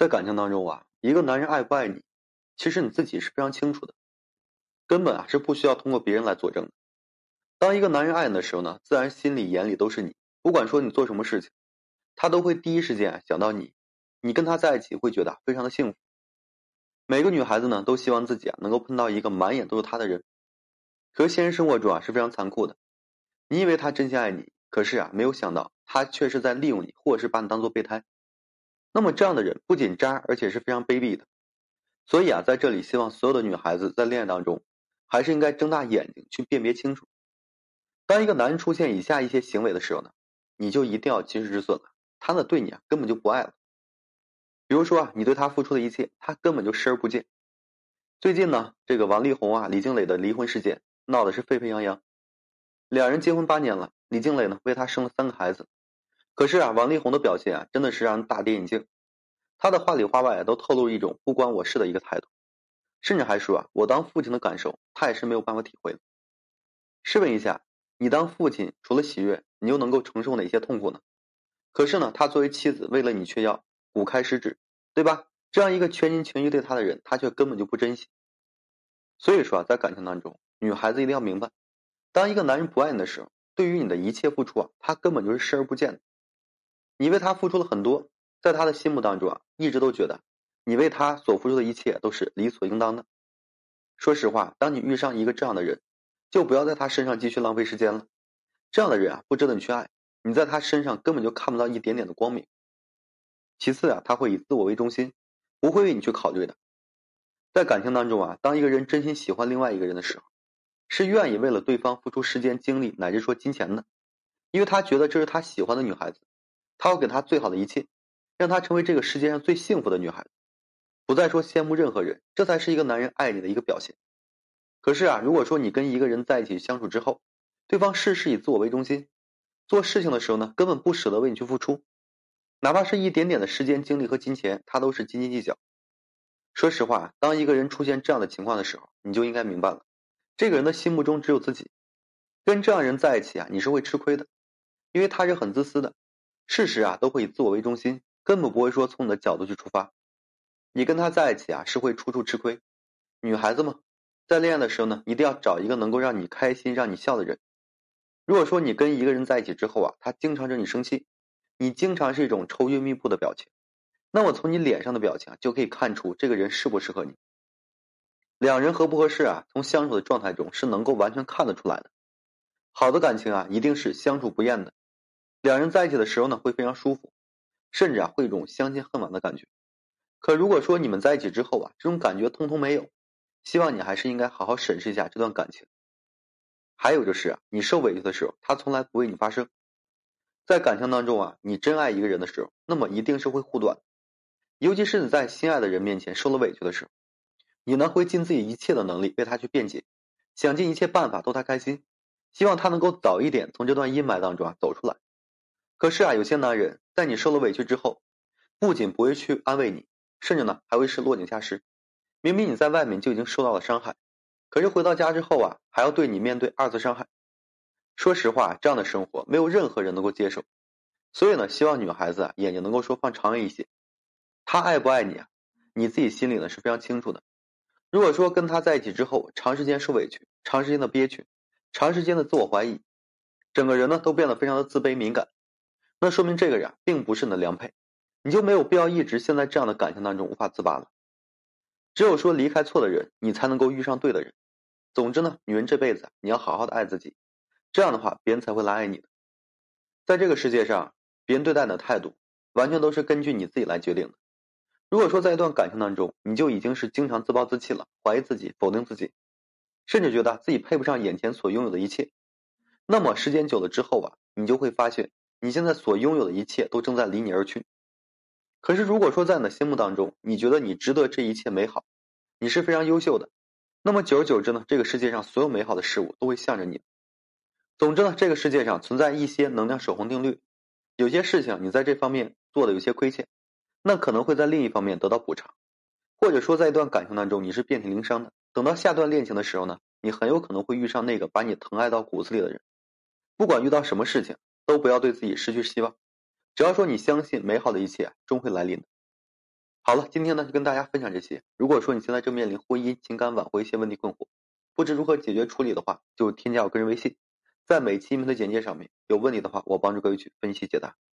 在感情当中啊，一个男人爱不爱你，其实你自己是非常清楚的，根本是不需要通过别人来佐证的。当一个男人爱你的时候呢，自然心里眼里都是你，不管说你做什么事情，他都会第一时间想到你，你跟他在一起会觉得非常的幸福。每个女孩子呢都希望自己能够碰到一个满眼都是他的人，可是现实生活中是非常残酷的。你以为他真心爱你，可是没有想到他却是在利用你，或者是把你当做备胎。那么这样的人不仅渣，而且是非常卑鄙的。所以在这里希望所有的女孩子在恋爱当中，还是应该睁大眼睛去辨别清楚。当一个男人出现以下一些行为的时候呢，你就一定要及时止损了。他呢对你根本就不爱了。比如说你对他付出的一切，他根本就视而不见。最近呢，这个王力宏李静蕾的离婚事件闹得是沸沸扬扬。两人结婚8年了，李静蕾呢为他生了3个孩子。可是王力宏的表现真的是让人大跌眼镜。他的话里话外都透露一种不关我事的一个态度，甚至还说我当父亲的感受他也是没有办法体会的。试问一下，你当父亲除了喜悦，你又能够承受哪些痛苦呢？可是呢，他作为妻子为了你却要骨开十指，对吧？这样一个全心全意对他的人，他却根本就不珍惜。所以说在感情当中，女孩子一定要明白，当一个男人不爱你的时候，对于你的一切付出他根本就是视而不见的。你为他付出了很多，在他的心目当中一直都觉得你为他所付出的一切都是理所应当的。说实话，当你遇上一个这样的人，就不要在他身上继续浪费时间了。这样的人不值得你去爱，你在他身上根本就看不到一点点的光明。其次他会以自我为中心，不会为你去考虑的。在感情当中当一个人真心喜欢另外一个人的时候，是愿意为了对方付出时间精力乃至说金钱的，因为他觉得这是他喜欢的女孩子，他会给她最好的一切，让她成为这个世界上最幸福的女孩子，不再说羡慕任何人，这才是一个男人爱你的一个表现。可是如果说你跟一个人在一起相处之后，对方事事以自我为中心，做事情的时候呢，根本不舍得为你去付出，哪怕是一点点的时间精力和金钱，他都是斤斤计较。说实话，当一个人出现这样的情况的时候，你就应该明白了，这个人的心目中只有自己。跟这样人在一起你是会吃亏的，因为他是很自私的，事实都会以自我为中心，根本不会说从你的角度去出发。你跟他在一起是会处处吃亏。女孩子嘛，在恋爱的时候呢，一定要找一个能够让你开心让你笑的人。如果说你跟一个人在一起之后他经常惹你生气，你经常是一种愁云密布的表情，那么从你脸上的表情就可以看出这个人适不适合你。两人合不合适从相处的状态中是能够完全看得出来的。好的感情一定是相处不厌的，两人在一起的时候呢会非常舒服，甚至会有一种相见恨晚的感觉。可如果说你们在一起之后这种感觉通通没有，希望你还是应该好好审视一下这段感情。还有就是你受委屈的时候，他从来不为你发声。在感情当中你真爱一个人的时候，那么一定是会护短，尤其是你在心爱的人面前受了委屈的时候，你呢会尽自己一切的能力为他去辩解，想尽一切办法逗他开心，希望他能够早一点从这段阴霾当中走出来。可是有些男人在你受了委屈之后，不仅不会去安慰你，甚至呢还会是落井下石。明明你在外面就已经受到了伤害，可是回到家之后还要对你面对2次伤害。说实话，这样的生活没有任何人能够接受。所以呢，希望女孩子眼睛能够说放长远一些。他爱不爱你你自己心里呢是非常清楚的。如果说跟他在一起之后，长时间受委屈，长时间的憋屈，长时间的自我怀疑，整个人呢都变得非常的自卑敏感，那说明这个人并不是你的良配，你就没有必要一直陷在这样的感情当中无法自拔了。只有说离开错的人，你才能够遇上对的人。总之呢，女人这辈子你要好好的爱自己，这样的话别人才会来爱你的。在这个世界上，别人对待你的态度完全都是根据你自己来决定的。如果说在一段感情当中，你就已经是经常自暴自弃了，怀疑自己，否定自己，甚至觉得自己配不上眼前所拥有的一切，那么时间久了之后你就会发现你现在所拥有的一切都正在离你而去。可是如果说在你的心目当中，你觉得你值得这一切美好，你是非常优秀的，那么久而久之呢，这个世界上所有美好的事物都会向着你。总之呢，这个世界上存在一些能量守恒定律，有些事情你在这方面做的有些亏欠，那可能会在另一方面得到补偿。或者说在一段感情当中你是遍体鳞伤的，等到下段恋情的时候呢，你很有可能会遇上那个把你疼爱到骨子里的人。不管遇到什么事情，都不要对自己失去希望，只要说你相信美好的一切终会来临的。 好了，今天呢就跟大家分享这些。如果说你现在正面临婚姻、情感挽回一些问题困惑，不知如何解决处理的话，就添加我个人微信，在每期音频的简介上面，有问题的话，我帮助各位去分析解答。